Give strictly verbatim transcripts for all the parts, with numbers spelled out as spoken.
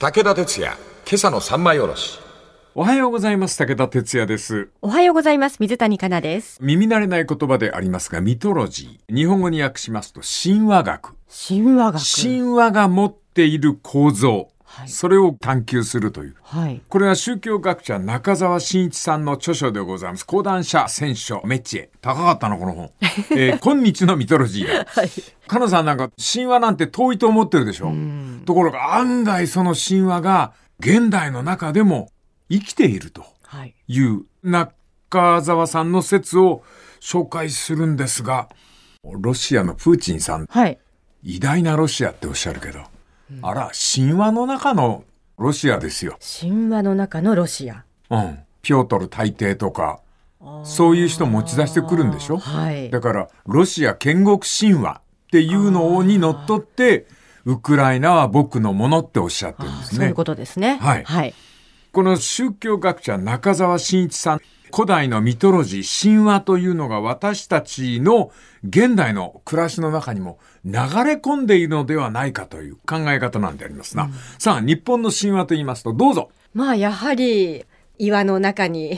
武田鉄矢、今朝の三枚おろし。 おはようございます。武田鉄矢です。 おはようございます。水谷香奈です。 耳慣れない言葉でありますが、ミトロジー、日本語に訳しますと神話学。 神話学。 神話が持っている構造、はい、それを探求するという、 はい、これは宗教学者中澤真一さんの著書でございます。講談社選書メチエ、高かったなこの本、えー、今日のミトロジーだ、はい、かなさんなんか神話なんて遠いと思ってるでしょ。ところが案外その神話が現代の中でも生きているという中澤さんの説を紹介するんですが、ロシアのプーチンさん、 はい、 偉大なロシアっておっしゃるけど、うん、あら神話の中のロシアですよ。 神話の中のロシア、 うん、ピョートル大帝とかそういう人持ち出してくるんでしょ、 はい、 だからロシア建国神話っていうのにのっとってウクライナは僕のものっておっしゃってるんですね。 そういうことですね。 はい、 はい、 この宗教学者中澤真一さん、古代のミトロジー、神話というのが私たちの現代の暮らしの中にも流れ込んでいるのではないかという考え方なんでありますが、うん、さあ日本の神話と言いますとどうぞ。 まあやはり岩の中に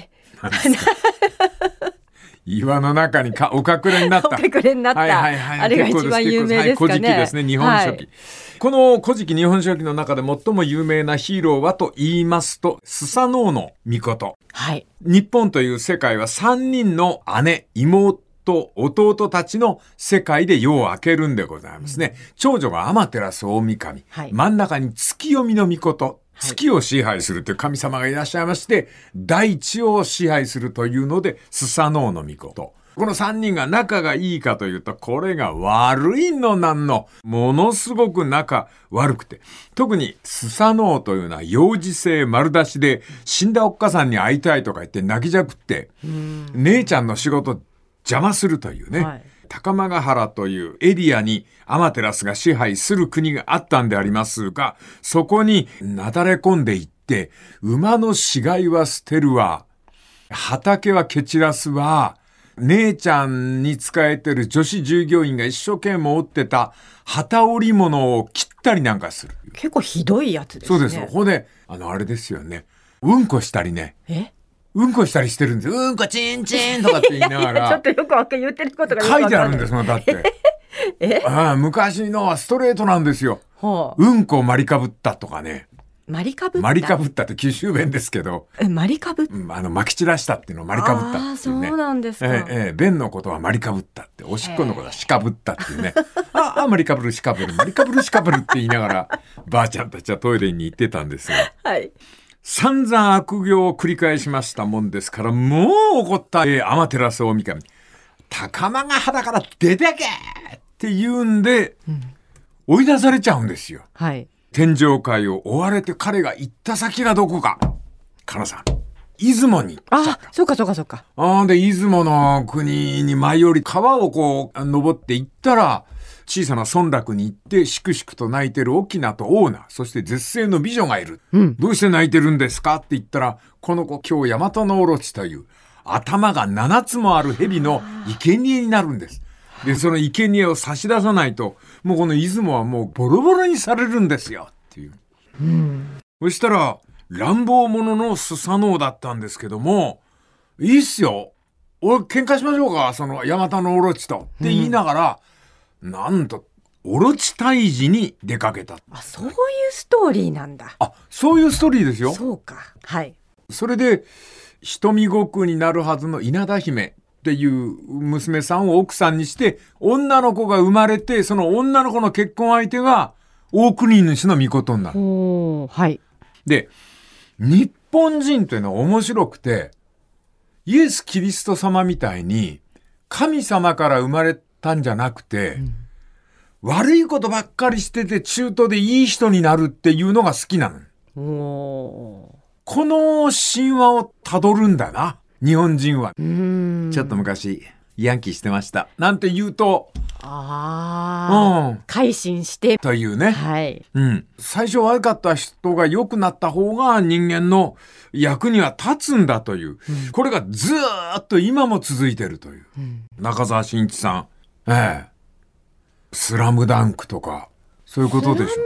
岩の中にかお隠れになったお隠れになった、はいはいはい、あれが一番有名ですかね。 古事記ですね、日本書紀、はい、この古事記日本書紀の中で最も有名なヒーローはと言いますとスサノオノミコト、 はい、 日本という世界はさんにんの姉妹弟たちの世界で夜を明けるんでございますね、うん、長女が天照大神、はい、真ん中に月読みのミコト、月を支配するという神様がいらっしゃいまして、大地を支配するというのでスサノオノミコト、このさんにんが仲がいいかというとこれが悪いのなんの、ものすごく仲悪くて、特にスサノオというのは幼児性丸出しで死んだおっかさんに会いたいとか言って泣きじゃくって姉ちゃんの仕事邪魔するというね、はい、高間ヶ原というエリアにアマテラスが支配する国があったんでありますが、そこになだれ込んでいって馬の死骸は捨てるわ、畑は蹴散らすわ、姉ちゃんに仕えてる女子従業員が一生懸命織ってた旗織物を切ったりなんかする。 結構ひどいやつですね。 そうです。ここであのあれですよね、うんこしたりね、 えうんこしたりしてるんですよ。うんこチンチンとかって言いながらちょっとよくわか言ってることがよくわかんない。 書いてあるんですもんだってえああ昔のはストレートなんですよ、はあ、うんこマリかぶったとかね。 マリかぶったマリかぶったって九州弁ですけど、 えマリかぶっあの巻き散らしたっていうのをマリかぶったっていうね。 あそうなんですか。 えええ便のことはマリかぶったって、おしっこのことはしかぶったっていうねああマリかぶるしかぶるマリかぶるしかぶるって言いながらばあちゃんたちはトイレに行ってたんですよ。 はい、 散々悪行を繰り返しましたもんですから、もう怒った、えー、天照大神、高間ヶ原から出てけって言うんで、うん、追い出されちゃうんですよ、 はい、 天上界を追われて彼が行った先がどこか、かなさん出雲に行っちゃった。 あ、そうかそうかそうか。 あで出雲の国に舞い降り川をこう登って行ったら、小さな村落に行ってしくしくと泣いてる翁とオーナ、そして絶世の美女がいる、うん、どうして泣いてるんですかって言ったら、この子今日ヤマタノオロチという頭がななつもある蛇の生贄になるんです。でその生贄を差し出さないともうこの出雲はもうボロボロにされるんですよっていう、 うん、 そしたら乱暴者のスサノオだったんですけども、いいっすよ俺喧嘩しましょうか、そのヤマタノオロチとって言いながら、うん、なんとオロチ退治に出かけた。 あ、そういうストーリーなんだ。 あ、そういうストーリーですよ。 そうか、はい。 それで瞳悟空になるはずの稲田姫っていう娘さんを奥さんにして女の子が生まれて、その女の子の結婚相手が大国主の御事になる。 おー、はい。 で日本人というのは面白くて、イエス・キリスト様みたいに神様から生まれたんじゃなくて、うん、悪いことばっかりしてて中途でいい人になるっていうのが好きなの。 おこの神話をたどるんだな日本人は。うーん、ちょっと昔ヤンキーしてましたなんて言うと、 あ、うん、改心してというね、 はい、 うん、最初悪かった人が良くなった方が人間の役には立つんだという、うん、これがずーっと今も続いてるという、うん、中澤真一さん、ええ、スラムダンクとかそういうことでしょ。 スラムダ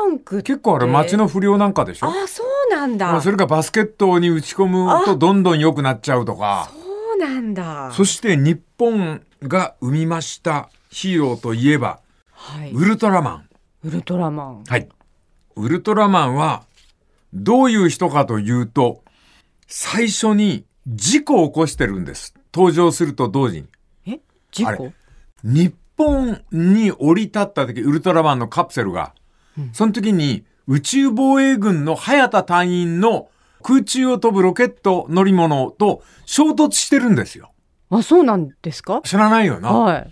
ンクって結構あれ街の不良なんかでしょ。 あ、そうなんだ。 まあ、それがバスケットに打ち込むとどんどん良くなっちゃうとか。 そうなんだ。 そして日本が生みましたヒーローといえば、 はい、 ウルトラマン。 ウルトラマン。 はい。ウルトラマンはどういう人かというと、最初に事故を起こしてるんです。登場すると同時に。 え、事故？ 日本に降り立った時、ウルトラマンのカプセルが、うん、その時に宇宙防衛軍の早田隊員の空中を飛ぶロケット乗り物と衝突してるんですよ。 あ、そうなんですか？ 知らないよな。 はい。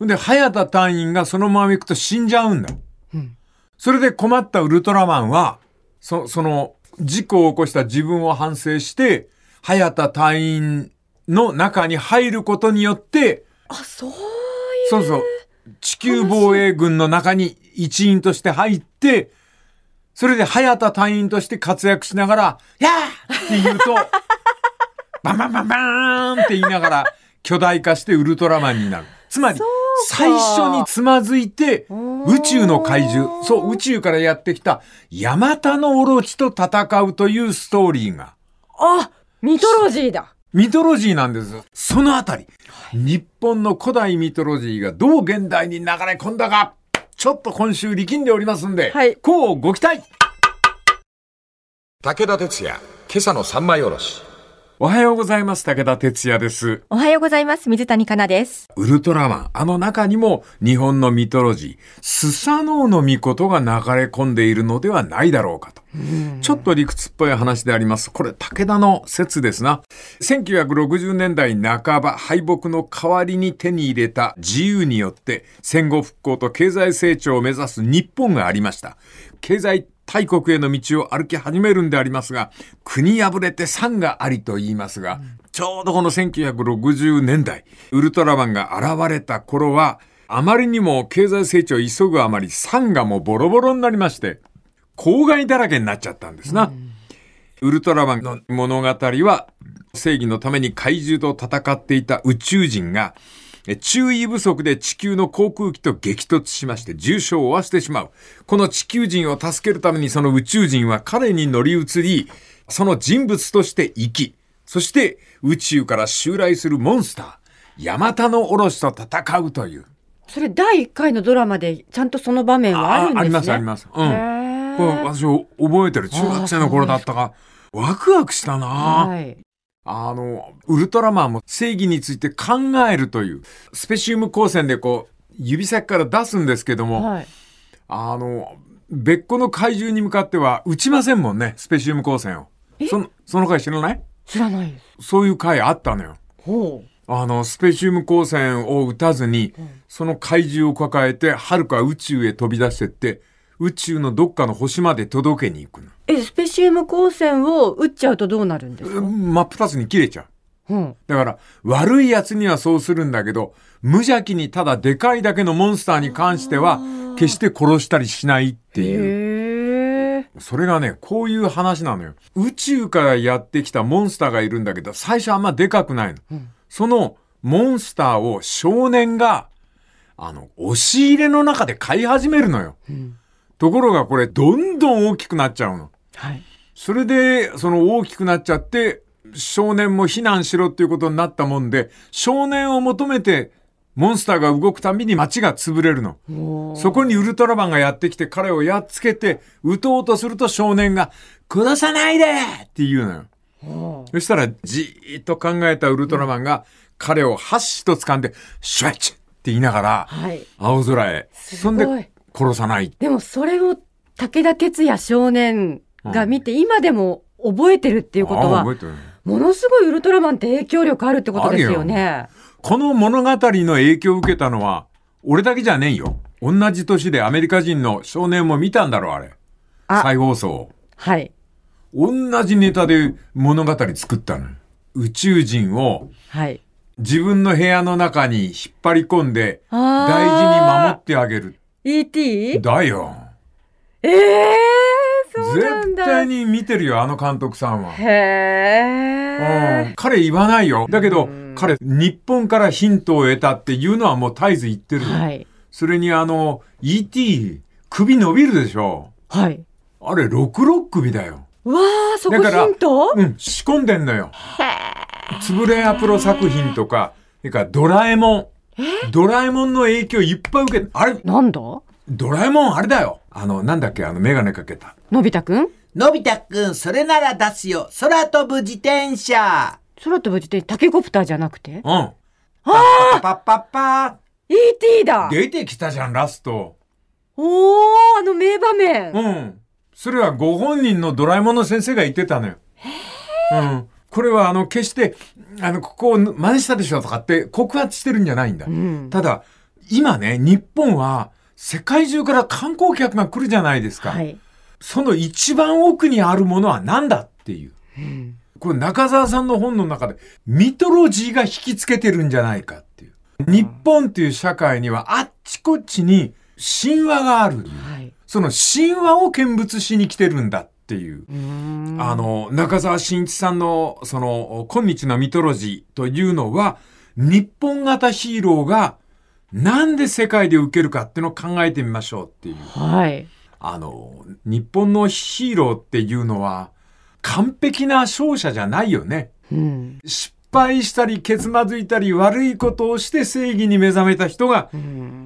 で、早田隊員がそのまま行くと死んじゃうんだ。うん、それで困ったウルトラマンは、そ、その事故を起こした自分を反省して、早田隊員の中に入ることによって、 あ、そういう。 そうそう。地球防衛軍の中に一員として入って、それで早田隊員として活躍しながら、やーって言うと、バンバンバンバーンって言いながら巨大化してウルトラマンになる。つまり、最初につまずいて、宇宙の怪獣、そう、宇宙からやってきたヤマタノオロチと戦うというストーリーが。 あ、ミトロジーだ。 ミトロジーなんです。そのあたり、はい、日本の古代ミトロジーがどう現代に流れ込んだか、ちょっと今週力んでおりますんで、はい、こうご期待。 武田鉄矢、今朝の三枚おろし。 おはようございます。武田鉄矢です。 おはようございます。水谷香奈です。 ウルトラマン、あの中にも日本のミトロジー、スサノオノミコトが流れ込んでいるのではないだろうかと。ちょっと理屈っぽい話であります。これ武田の説ですな。せんきゅうひゃくろくじゅうねんだいなかば、敗北の代わりに手に入れた自由によって戦後復興と経済成長を目指す日本がありました。経済大国への道を歩き始めるんでありますが、国破れて山がありと言いますが、うん、ちょうどこのせんきゅうひゃくろくじゅうねんだい、ウルトラマンが現れた頃は、あまりにも経済成長を急ぐあまり山がもうボロボロになりまして、公害だらけになっちゃったんですな。うん、ウルトラマンの物語は、正義のために怪獣と戦っていた宇宙人が、注意不足で地球の航空機と激突しまして重傷を負わせてしまう。この地球人を助けるためにその宇宙人は彼に乗り移り、その人物として生き、そして宇宙から襲来するモンスター、ヤマタノオロチと戦うという。 それだいいっかいのドラマでちゃんとその場面はあるんですね。あ、 ありますあります。うん。これ私覚えてる。中学生の頃だったか。ワクワクしたな。はい。あの、ウルトラマンも正義について考えるという、スペシウム光線でこう、指先から出すんですけども、はい、あの、別個の怪獣に向かっては撃ちませんもんね、スペシウム光線を。その、その回知らない？ 知らないです。 そういう回あったのよ。ほう。あの、スペシウム光線を撃たずに、うん、その怪獣を抱えて、遥か宇宙へ飛び出してって、宇宙のどっかの星まで届けに行くの。 え、スペシウム光線を撃っちゃうとどうなるんですか？ 真っ二つに切れちゃう。うん、だから悪いやつにはそうするんだけど、無邪気にただでかいだけのモンスターに関しては決して殺したりしないっていう。へー。それがね、こういう話なのよ。宇宙からやってきたモンスターがいるんだけど、最初あんまでかくないの。うん、そのモンスターを少年があの押し入れの中で飼い始めるのよ。うん、ところがこれどんどん大きくなっちゃうの。はい。それで、その大きくなっちゃって、少年も避難しろっていうことになったもんで、少年を求めて、モンスターが動くたびに街が潰れるの。そこにウルトラマンがやってきて、彼をやっつけて、撃とうとすると少年が、殺さないでって言うのよ。そしたら、じーっと考えたウルトラマンが、彼を箸と掴んで、シュワッチって言いながら、はい、青空へ。そんで、殺さない。 でもそれを武田鉄矢少年が見て、うん、今でも覚えてるっていうことは、ものすごいウルトラマンって影響力あるってことですよね。 この物語の影響を受けたのは俺だけじゃねえよ。同じ年でアメリカ人の少年も見たんだろう、あれ。あ、再放送。 はい。 同じネタで物語作ったの。宇宙人を、はい、自分の部屋の中に引っ張り込んで大事に守ってあげる。 イーティー？ だよ。 ええー、そうなんだ。 絶対に見てるよ、あの監督さんは。 へー。 うん。彼言わないよ。だけど、彼、日本からヒントを得たっていうのはもう絶えず言ってるよ。はい。それにあの、イーティー、首伸びるでしょ。 はい。 あれ、ろくろっくびだよ。 わー、そこヒント？ うん、仕込んでんのよ。つぶれやプロ作品とか、それからドラえもん。ドラえもんの影響いっぱい受けて、あれなんだ？ ドラえもんあれだよ。あの、なんだっけ、あの、メガネかけた。 のび太くん？ のび太くん、それなら出すよ。空飛ぶ自転車。 空飛ぶ自転車、タケコプターじゃなくて？ うん。ああパッパッパッパー イーティー だ。 出てきたじゃん、ラスト。 おー、あの名場面。 うん。それはご本人のドラえもんの先生が言ってたのよ。うん。これはあの、決して、あの、ここを真似したでしょとかって告発してるんじゃないんだ。うん、ただ、今ね、日本は世界中から観光客が来るじゃないですか。はい、その一番奥にあるものは何だっていう。うん、これ中澤さんの本の中でミトロジーが引きつけてるんじゃないかっていう。うん、日本っていう社会にはあっちこっちに神話がある。はい、その神話を見物しに来てるんだっていう。うあの、中澤慎一さんのその今日のミトロジーというのは日本型ヒーローがなんで世界で受けるかっていうのを考えてみましょうっていう。 はい。 あの、日本のヒーローっていうのは完璧な勝者じゃないよね。うん、失敗したり、けつまずいたり、悪いことをして正義に目覚めた人が、うん、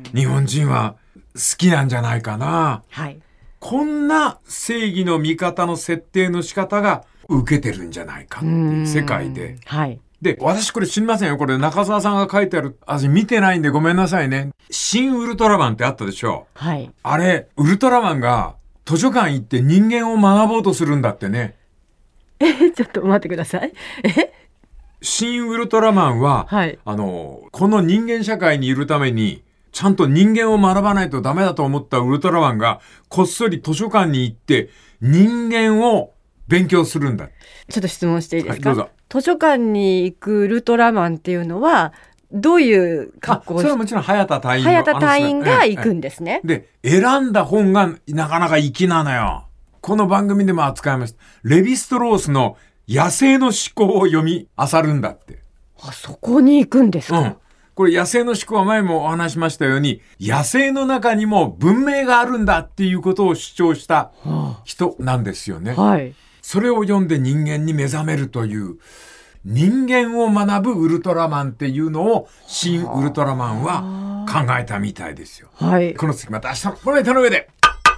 日本人は好きなんじゃないかな。はい。こんな正義の味方の設定の仕方が受けてるんじゃないかっていう世界で。はい。で、私これ知りませんよ。これ中澤さんが書いてある、私見てないんでごめんなさいね。新ウルトラマンってあったでしょ。はい。あれ、ウルトラマンが図書館行って人間を学ぼうとするんだってね。 え、ちょっと待ってください。え新ウルトラマンは、はい、あの、この人間社会にいるために、ちゃんと人間を学ばないとダメだと思ったウルトラマンが、こっそり図書館に行って、人間を勉強するんだ。 ちょっと質問していいですか？ はい、どうぞ。 図書館に行くウルトラマンっていうのは、どういう格好をして？ それはもちろん早田隊員。 早田隊員が行くんですね。 で、選んだ本がなかなか粋なのよ。この番組でも扱いました。レヴィストロースの野生の思考を読み漁るんだって。 あ、そこに行くんですか？うん。 これ野生の思考は前もお話しましたように、野生の中にも文明があるんだっていうことを主張した人なんですよね。はい。それを読んで人間に目覚めるという、人間を学ぶウルトラマンっていうのを、新ウルトラマンは考えたみたいですよ。はい。この次また明日、このネタの上で。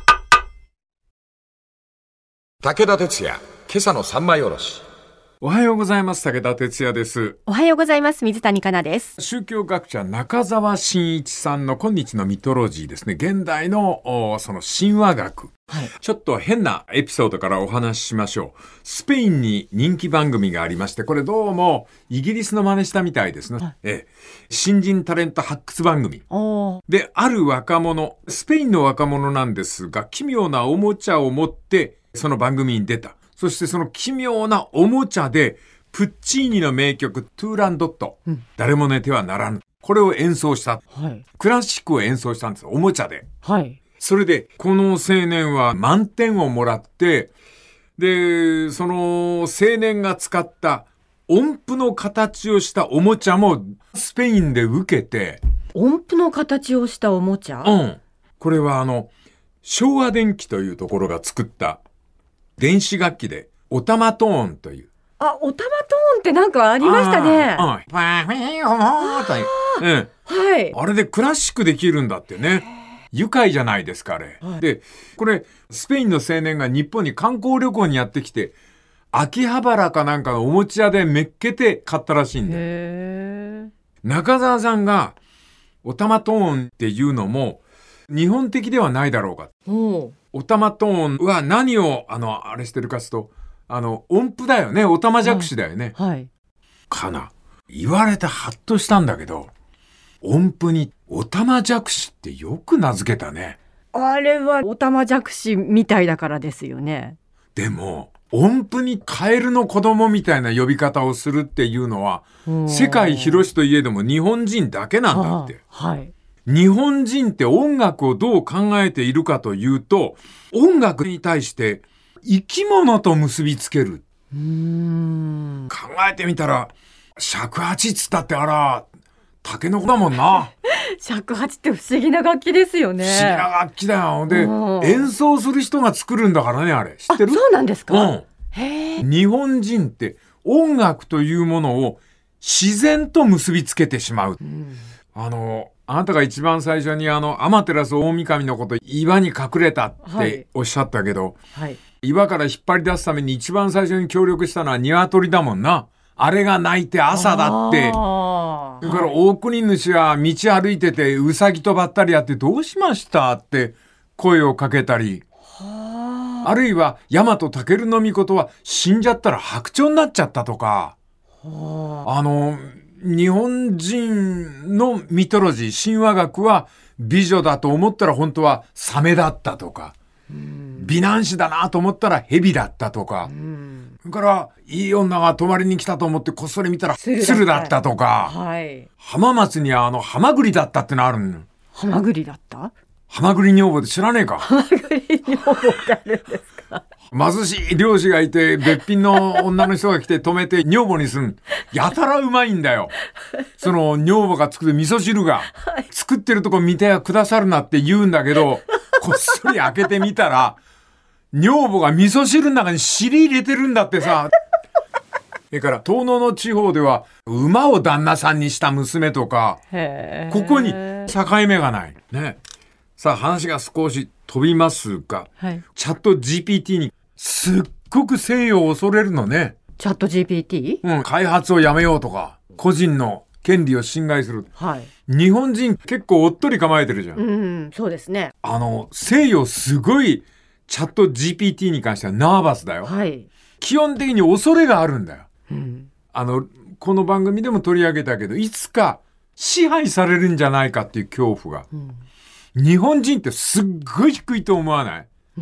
武田鉄矢、今朝の三枚おろし。 おはようございます。武田哲也です。 おはようございます。水谷香奈です。 宗教学者中澤慎一さんの今日のミトロジーですね。現代のその神話学、はい、ちょっと変なエピソードからお話ししましょう。スペインに人気番組がありまして、これどうもイギリスの真似したみたいですね。はい、ええ、新人タレント発掘番組で、ある若者、スペインの若者なんですが、奇妙なおもちゃを持ってその番組に出た。そしてその奇妙なおもちゃでプッチーニの名曲トゥーランドット、うん、誰も寝てはならぬ、これを演奏した、はい、クラシックを演奏したんです、おもちゃで、はい、それでこの青年は満点をもらって、でその青年が使った音符の形をしたおもちゃもスペインで受けて、 音符の形をしたおもちゃ、 うん、これはあの昭和電機というところが作った電子楽器でオタマトーンという、 あ、オタマトーンってなんかありましたね。 あ、うん、はい。あれでクラシックできるんだってね。愉快じゃないですかあれ、はい、でこれスペインの青年が日本に観光旅行にやってきて、秋葉原かなんかのおもちゃでめっけて買ったらしいんだ。へー。中澤さんがオタマトーンっていうのも日本的ではないだろうか。おオタマトーンは何をあのあれしてるかというと、あの音符だよね。オタマジャクシだよね。はい。はい、かな。言われてハッとしたんだけど、音符にオタマジャクシってよく名付けたね。 あれはオタマジャクシみたいだからですよね。 でも音符にカエルの子供みたいな呼び方をするっていうのは、世界広しといえども日本人だけなんだって。はい。日本人って音楽をどう考えているかというと、音楽に対して生き物と結びつける。うーん、考えてみたら尺八っつったってあらタケノコだもんな。 尺八って不思議な楽器ですよね。 不思議な楽器だよ。で、演奏する人が作るんだからね、あれ。知ってる？ あ、そうなんですか？ うん。へー。日本人って音楽というものを自然と結びつけてしまう。うん、あの、あなたが一番最初にあの、天照大神のこと岩に隠れたっておっしゃったけど、はいはい、岩から引っ張り出すために一番最初に協力したのは鶏だもんな。あれが鳴いて朝だって。それから大国主は道歩いててウサギとばったりやってどうしましたって声をかけたり。あるいは大和武尊は死んじゃったら白鳥になっちゃったとか。あの、日本人のミトロジー、神話学は美女だと思ったら本当はサメだったとか。美男子だなと思ったら蛇だったとか。それからいい女が泊まりに来たと思ってこっそり見たら鶴だったとか。はい、浜松にはあのハマグリだったってのあるの。 ハマグリだった？ ハマグリ女房で知らねえか？ ハマグリ女房ってあるんですか？ 貧しい漁師がいてべっぴんの女の人が来て止めて女房にする。やたらうまいんだよ。その女房が作る味噌汁が、はい、作ってるとこ見てくださるなって言うんだけどこっそり開けてみたら女房が味噌汁の中に尻入れてるんだってさ。それから東野の地方では馬を旦那さんにした娘とか、ここに境目がないね。さあ話が少し飛びますが、はい、チャット ジーピーティー にすっごく西洋を恐れるのね。 チャット ジーピーティー？ うん、開発をやめようとか個人の権利を侵害する、はい、日本人結構おっとり構えてるじゃん。 うん、そうですね。 あの西洋すごいチャット ジーピーティー に関してはナーバスだよ、はい、基本的に恐れがあるんだよ、うん、あのこの番組でも取り上げたけどいつか支配されるんじゃないかっていう恐怖が、うん、日本人ってすっごい低いと思わない？ うん、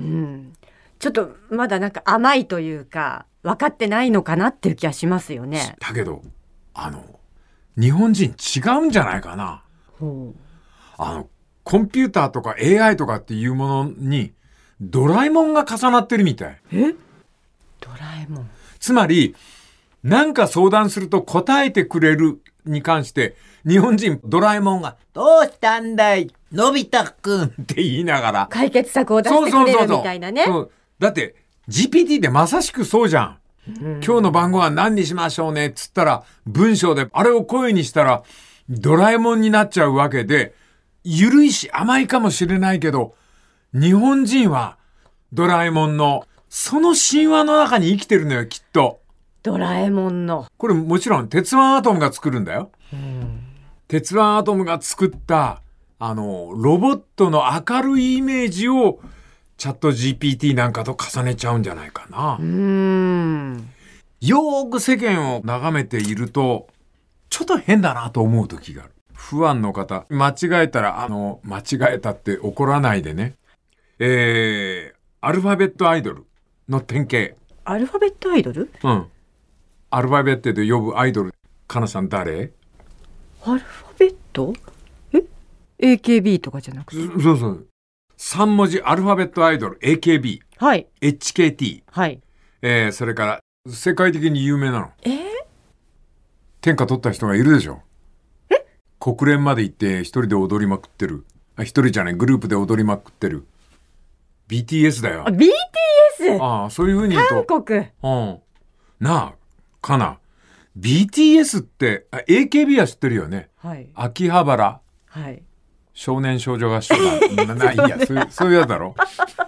ちょっとまだなんか甘いというか分かってないのかなっていう気がしますよね。 だけどあの日本人違うんじゃないかな、うん、あのコンピューターとか エーアイ とかっていうものにドラえもんが重なってるみたい。 え？ドラえもん。 つまり何か相談すると答えてくれるに関して日本人ドラえもんがどうしたんだいのび太くんって言いながら解決策を出してくれるみたいなね。 そうそうそうそう。だって ジーピーティー ってまさしくそうじゃん、うん、今日の晩ご飯何にしましょうねっつったら文章であれを声にしたらドラえもんになっちゃうわけで、緩いし甘いかもしれないけど日本人はドラえもんのその神話の中に生きてるのよきっと。 ドラえもんのこれもちろん鉄腕アトムが作るんだよ、うん、鉄腕アトムが作ったあのロボットの明るいイメージをチャット ジーピーティー なんかと重ねちゃうんじゃないかな。うーん、よーく世間を眺めているとちょっと変だなと思う時がある。不安の方間違えたらあの間違えたって怒らないでね。えー、アルファベットアイドルの典型。 アルファベットアイドル？ うん。アルファベットで呼ぶアイドル。かなさん誰？ アルファベット？え？ エーケービー とかじゃなくて？ そうそう。さん文字アルファベットアイドル エーケービー。 はい。 エイチケーティー。 はい。 えー、それから世界的に有名なの。 えー？ 天下取った人がいるでしょ。 え？ 国連まで行って一人で踊りまくってる。あ、一人じゃない、グループで踊りまくってる。ビーティーエス だよ。 あ、ビーティーエス？ ああ、そういう風に言うと。 韓国。 うん。なあ、かな。ビーティーエス って、あ、エーケービー は知ってるよね。はい。秋葉原。はい。少年少女合唱団。な、ないや、そういう、そういうやつだろ。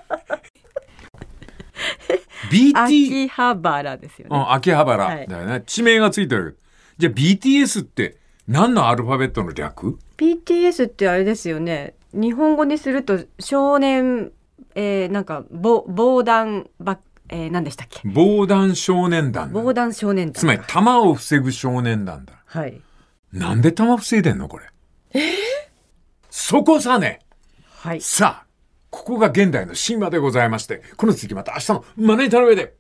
ビーティー、 秋葉原ですよね。 うん、秋葉原だよね。はい、地名がついてる。じゃあ ビーティーエス って何のアルファベットの略？ ビーティーエス ってあれですよね。日本語にすると少年、えー、なんかぼ防弾ば、えー、何でしたっけ？ 防弾少年団。 防弾少年団。 つまり弾を防ぐ少年団だ。 はい。 なんで弾防いでんのこれ？ えー、 そこさね。 はい。 さあ、ここが現代の神話でございまして、この続きまた明日のまな板の上で。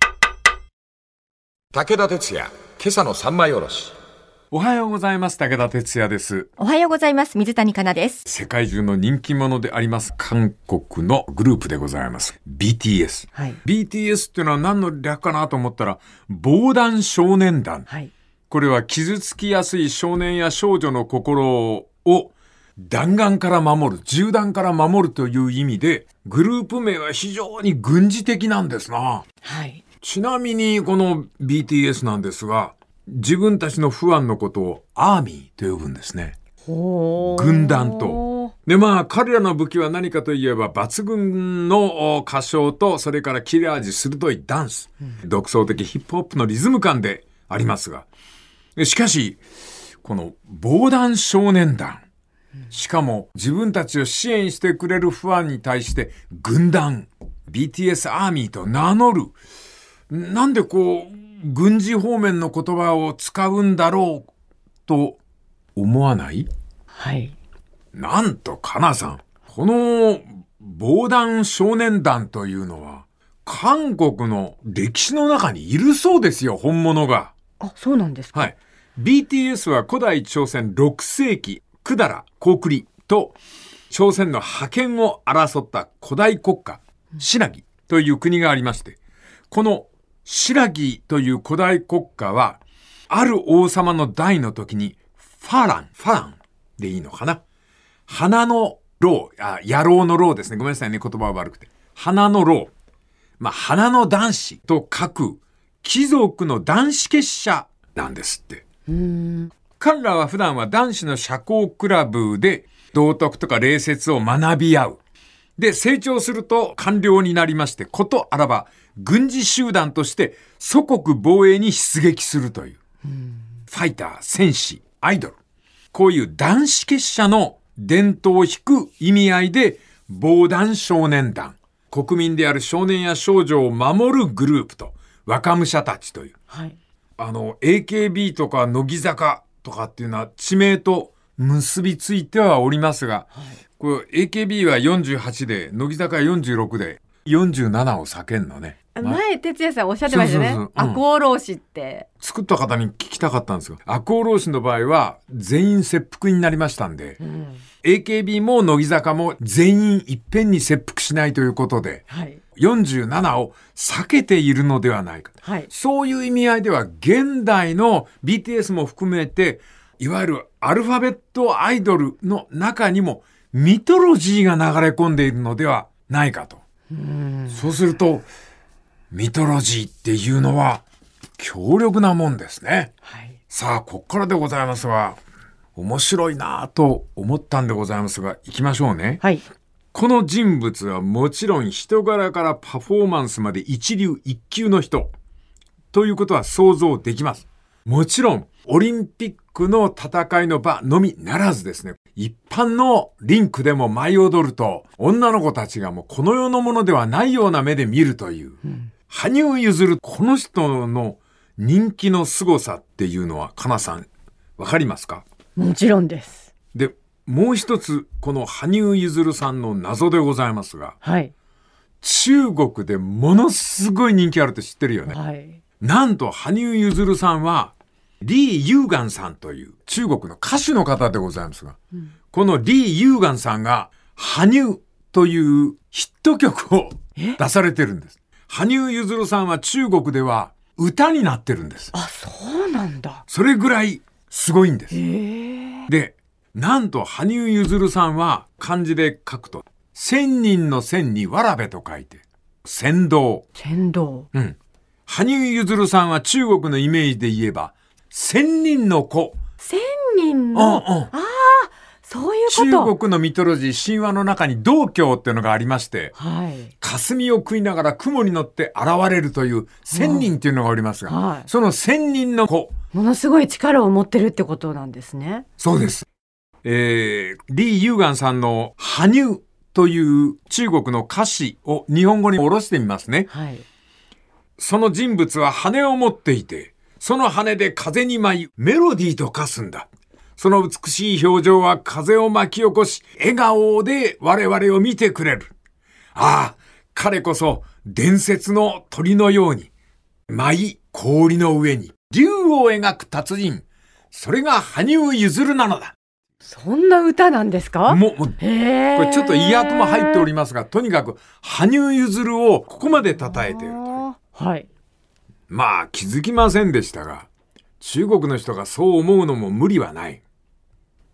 武田鉄矢、今朝の三枚おろし。 おはようございます。武田鉄矢です。 おはようございます。水谷香奈です。 世界中の人気者であります韓国のグループでございます。ビーティーエス。はい、ビーティーエス っていうのは何の略かなと思ったら、防弾少年団。はい、これは傷つきやすい少年や少女の心を弾丸から守る、銃弾から守るという意味で、グループ名は非常に軍事的なんですな。 はい。ちなみにこの ビーティーエス なんですが、自分たちのファンのことをアーミーと呼ぶんですね。軍団と。で、まあ、彼らの武器は何かといえば、抜群の歌唱と、それから切れ味鋭いダンス、うん、独創的ヒップホップのリズム感でありますが、しかし、この防弾少年団、しかも自分たちを支援してくれるファンに対して軍団、ビーティーエス アーミーと名乗る。なんでこう、軍事方面の言葉を使うんだろうと思わない？ はい。 なんとかなさん、この防弾少年団というのは韓国の歴史の中にいるそうですよ、本物が。 あ、そうなんですか。 はい。ビーティーエス は古代朝鮮ろくせいき、百済、高句麗と朝鮮の覇権を争った古代国家、新羅という国がありまして、この新羅という古代国家は、ある王様の代の時に、ファラン、ファランでいいのかな。花の老、あ、野郎の老ですね。ごめんなさいね、言葉は悪くて。花の老。まあ、花の男子と書く貴族の男子結社なんですって。 うーん。 彼らは普段は男子の社交クラブで道徳とか礼節を学び合う。で、成長すると官僚になりまして、ことあらば軍事集団として祖国防衛に出撃するという。 うん、 ファイター、戦士、アイドル。こういう男子結社の伝統を引く意味合いで防弾少年団。国民である少年や少女を守るグループと若武者たちという。 はい、 あの、エーケービー とか乃木坂とかっていうのは地名と結びついてはおりますが、はい、これ エーケービー はよんじゅうはちで、乃木坂はよんじゅうろくで、よんじゅうななを叫んのね。 前、哲也さんおっしゃってましたね。そうそうそう、うん、赤穂浪士って。 作った方に聞きたかったんですよ。赤穂浪士の場合は全員切腹になりましたんで、うん、エーケービー も乃木坂も全員いっぺんに切腹しないということで、はい、よんじゅうななを避けているのではないか、はい、そういう意味合いでは現代の ビーティーエス も含めていわゆるアルファベットアイドルの中にもミトロジーが流れ込んでいるのではないかと。うん、そうするとミトロジーっていうのは強力なもんですね。はい、さあ、こっからでございますが、面白いなぁと思ったんでございますが、行きましょうね。 はい。 この人物はもちろん人柄からパフォーマンスまで一流一級の人ということは想像できます。もちろんオリンピックの戦いの場のみならずですね、一般のリンクでも舞い踊ると女の子たちがもうこの世のものではないような目で見るという、うん、羽生結弦、この人の人気の凄さっていうのはかなさんわかりますか？ もちろんです。 で、もう一つこの羽生結弦さんの謎でございますが、 はい、 中国でものすごい人気あるって知ってるよね。 はい、 なんと羽生結弦さんはリー・ユーガンさんという中国の歌手の方でございますが、うん、このリー・ユーガンさんが羽生というヒット曲を出されてるんです。羽生結弦さんは中国では歌になってるんです。 あ、そうなんだ。 それぐらいすごいんです。 へー。 で、なんと羽生結弦さんは漢字で書くと千人の千にわらべと書いて船頭。 船頭。 うん。羽生結弦さんは中国のイメージで言えば千人の子。 千人の、うんうん、ああ、そういうこと。 中国のミトロジー、神話の中に道教っていうのがありまして、 はい、 霞を食いながら雲に乗って現れるという千人っていうのがおりますが、はい、その千人の子。 ものすごい力を持ってるってことなんですね。 そうです。えー、リー・ユーガンさんの羽生という中国の歌詞を日本語に下ろしてみますね。 はい、 その人物は羽を持っていて、その羽で風に舞いメロディーと化すんだ。その美しい表情は風を巻き起こし、笑顔で我々を見てくれる。ああ、彼こそ伝説の鳥のように舞い氷の上に竜を描く達人。それが羽生結弦なのだ。 そんな歌なんですか？ もう、もうへー、これちょっと意訳も入っておりますが、とにかく羽生結弦をここまで称えているという。 はい。 まあ気づきませんでしたが、中国の人がそう思うのも無理はない。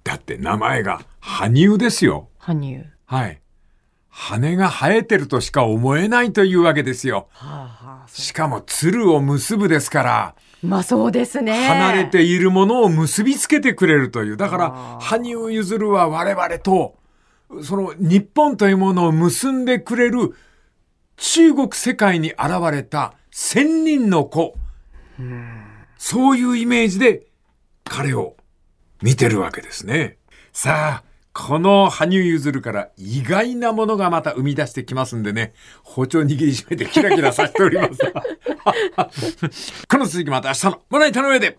だって名前が羽生ですよ。 羽生。 はい。羽が生えてるとしか思えないというわけですよ。はあはあ、しかも鶴を結ぶですから。 まあそうですね。 離れているものを結びつけてくれるという。だから羽生結弦は我々とその日本というものを結んでくれる中国世界に現れた仙人の子。うん、そういうイメージで彼を見てるわけですね。さあ、この羽生結弦から意外なものがまた生み出してきますんでね、包丁握りしめてキラキラさせております。この続きまた明日のまな板の上で。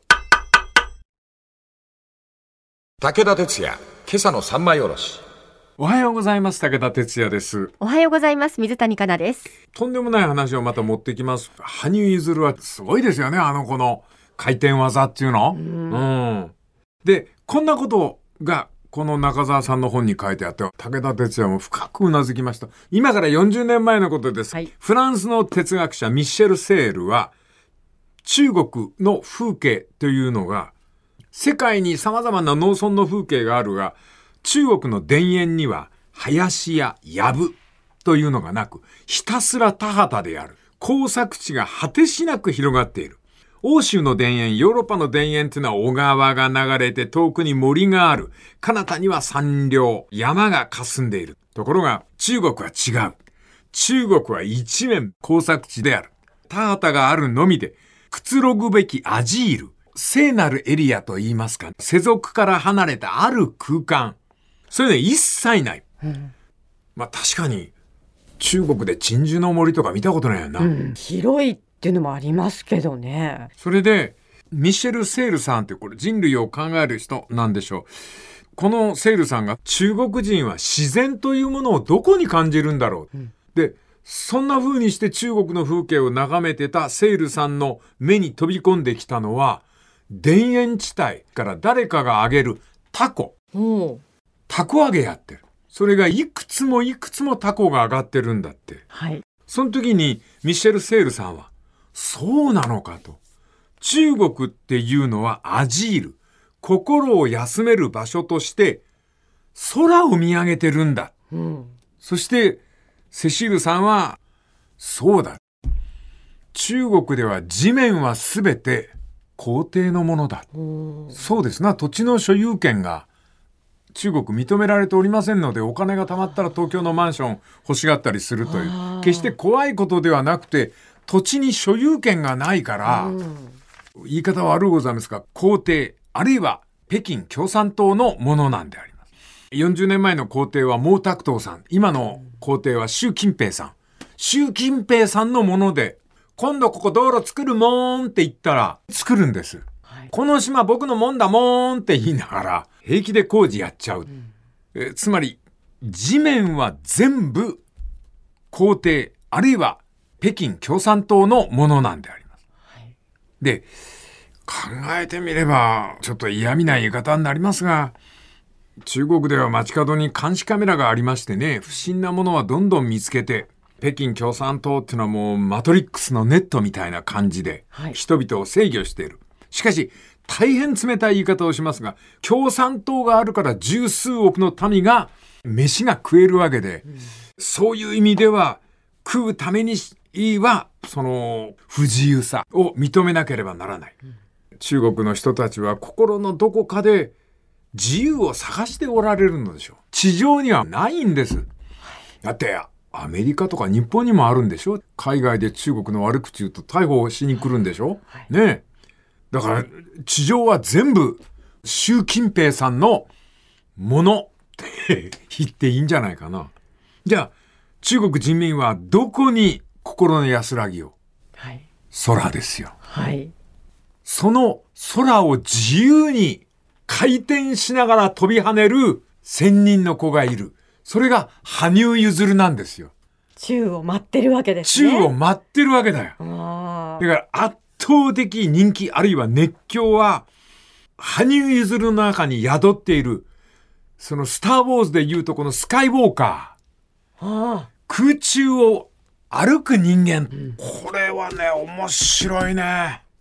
武田鉄矢、今朝の三枚おろし。 おはようございます。武田鉄矢です。 おはようございます。水谷香奈です。 とんでもない話をまた持ってきます。羽生結弦はすごいですよね。あの子の回転技っていうの。うん、うん。で、こんなことがこの中澤さんの本に書いてあって、武田鉄矢も深くうなずきました。今からよんじゅうねんまえのことです。はい、フランスの哲学者ミッシェル・セールは、中国の風景というのが、世界に様々な農村の風景があるが、中国の田園には林や藪というのがなく、ひたすら田畑である。耕作地が果てしなく広がっている。欧州の田園、ヨーロッパの田園というのは小川が流れて遠くに森がある。彼方には山稜、山が霞んでいる。ところが中国は違う。中国は一面耕作地である。田畑があるのみで、くつろぐべきアジール、聖なるエリアと言いますか、世俗から離れたある空間。そういうの一切ない。うん、まあ確かに中国で鎮守の森とか見たことないよな。うん、 広いっていうのもありますけどね。 それでミシェル・セールさんってこれ人類を考える人なんでしょう。このセールさんが中国人は自然というものをどこに感じるんだろう。うん、で、そんな風にして中国の風景を眺めてたセールさんの目に飛び込んできたのは田園地帯から誰かがあげるタコ。うんタコ揚げやってる。それがいくつもいくつもタコが上がってるんだって。はい。その時にミシェル・セールさんは、そうなのかと。中国っていうのはアジール、心を休める場所として空を見上げてるんだ。うん、そしてセシルさんは、そうだ。中国では地面はすべて皇帝のものだ。そうですな。土地の所有権が中国認められておりませんので、お金が貯まったら東京のマンション欲しがったりするという、決して怖いことではなくて、土地に所有権がないから、言い方は悪うございますが、皇帝あるいは北京共産党のものなんであります。よんじゅうねんまえの皇帝は毛沢東さん、今の皇帝は習近平さん。習近平さんのもので、今度ここ道路作るもんって言ったら作るんです。この島僕のもんだもんって言いながら平気で工事やっちゃう、うん、えつまり地面は全部皇帝あるいは北京共産党のものなんであります、はい、で考えてみればちょっと嫌味な言い方になりますが、中国では街角に監視カメラがありましてね、不審なものはどんどん見つけて、北京共産党っていうのはもうマトリックスのネットみたいな感じで人々を制御している、はい。しかし、大変冷たい言い方をしますが、共産党があるから十数億の民が飯が食えるわけで、うん、そういう意味では、食うためには、その不自由さを認めなければならない。うん、中国の人たちは心のどこかで自由を探しておられるのでしょう。地上にはないんです。だって、アメリカとか日本にもあるんでしょ。海外で中国の悪口言うと逮捕しに来るんでしょ。はい、ねえ。だから地上は全部習近平さんのものって言っていいんじゃないかな。じゃあ中国人民はどこに心の安らぎを、はい、空ですよ、はい、その空を自由に回転しながら飛び跳ねる仙人の子がいる。それが羽生結弦なんですよ。 宙を待ってるわけですね。 宙を待ってるわけだよ。あだから圧倒的人気あるいは熱狂は羽生結弦の中に宿っている、そのスターウォーズでいうとこのスカイウォーカー、ああ空中を歩く人間、うん、これはね面白いね。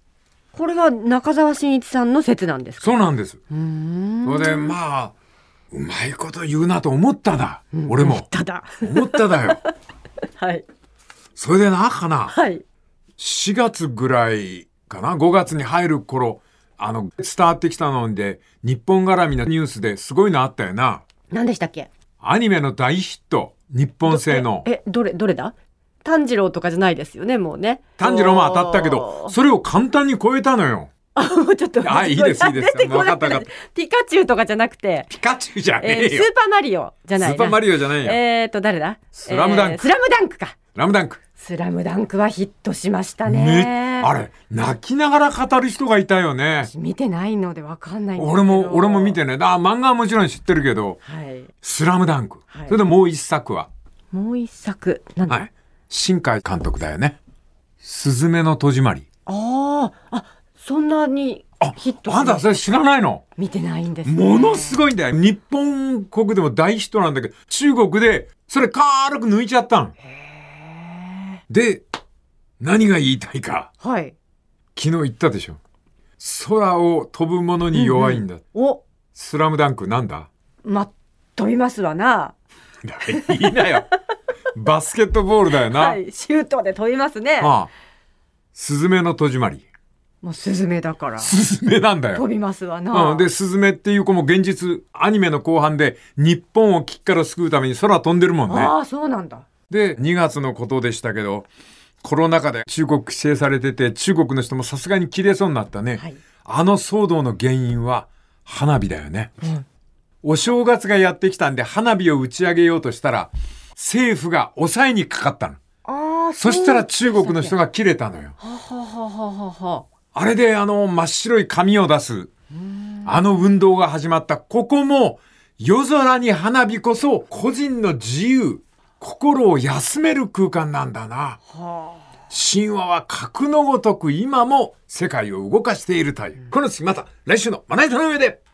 これは中澤真一さんの説なんですか？ そうなんです。 うーん。 それでまあうまいこと言うなと思っただ、うん、俺も思っただ思っただよはい。 それでなかな、 はい、 しがつぐらいかな、ごがつに入る頃、あの伝わってきたので日本絡みのニュースですごいのあったよな。 何でしたっけ？ アニメの大ヒット、日本製の。 え、えどれどれだ？炭治郎とかじゃないですよね、もうね。 炭治郎も当たったけど、それを簡単に超えたのよ。 あ、もうちょっと。 あ、いいですいいです。分かった分かった。 ピカチュウとかじゃなくて。 ピカチュウじゃねえよ。 えー、スーパーマリオじゃないな。 スーパーマリオじゃないよ。 えーと誰だ？ スラムダンク。 えー、スラムダンクか。 スラムダンク。 スラムダンクはヒットしましたね。 ね、あれ泣きながら語る人がいたよね。 見てないのでわかんないんですけど。 俺も俺も見てね。あ、漫画はもちろん知ってるけど。 はい。 スラムダンク。 はい、 それでもう一作は。 もう一作なんだ。はい。 新海監督だよね。すずめの戸締まり。 ああ、あ、そんなにヒット。 あんたそれ知らないの？ 見てないんですね。 ものすごいんだよ。日本国でも大ヒットなんだけど、中国でそれ軽く抜いちゃったん。へー。で、何が言いたいか。 はい。 昨日言ったでしょ。空を飛ぶものに弱いんだ。うんうん、お。スラムダンクなんだ？ ま、飛びますわな。 いいなよ。バスケットボールだよな。 はい、シュートで飛びますね。 ああ、スズメの戸締まり。 もうスズメだから。 スズメなんだよ。 飛びますわな。 うん、で、スズメっていう子も現実、アニメの後半で日本を危機から救うために空飛んでるもんね。 ああ、そうなんだ。 で、にがつのことでしたけど、コロナ禍で中国規制されてて、中国の人もさすがに切れそうになったね。はい、あの騒動の原因は花火だよね。うん、お正月がやってきたんで花火を打ち上げようとしたら、政府が抑えにかかったの。あ、そしたら中国の人が切れたのよ。ははははは。あれであの真っ白い紙を出すあの運動が始まった。ここも夜空に花火こそ個人の自由、心を休める空間なんだな。はあ、神話は格のごとく今も世界を動かしているという。この次また来週のまな板の上で。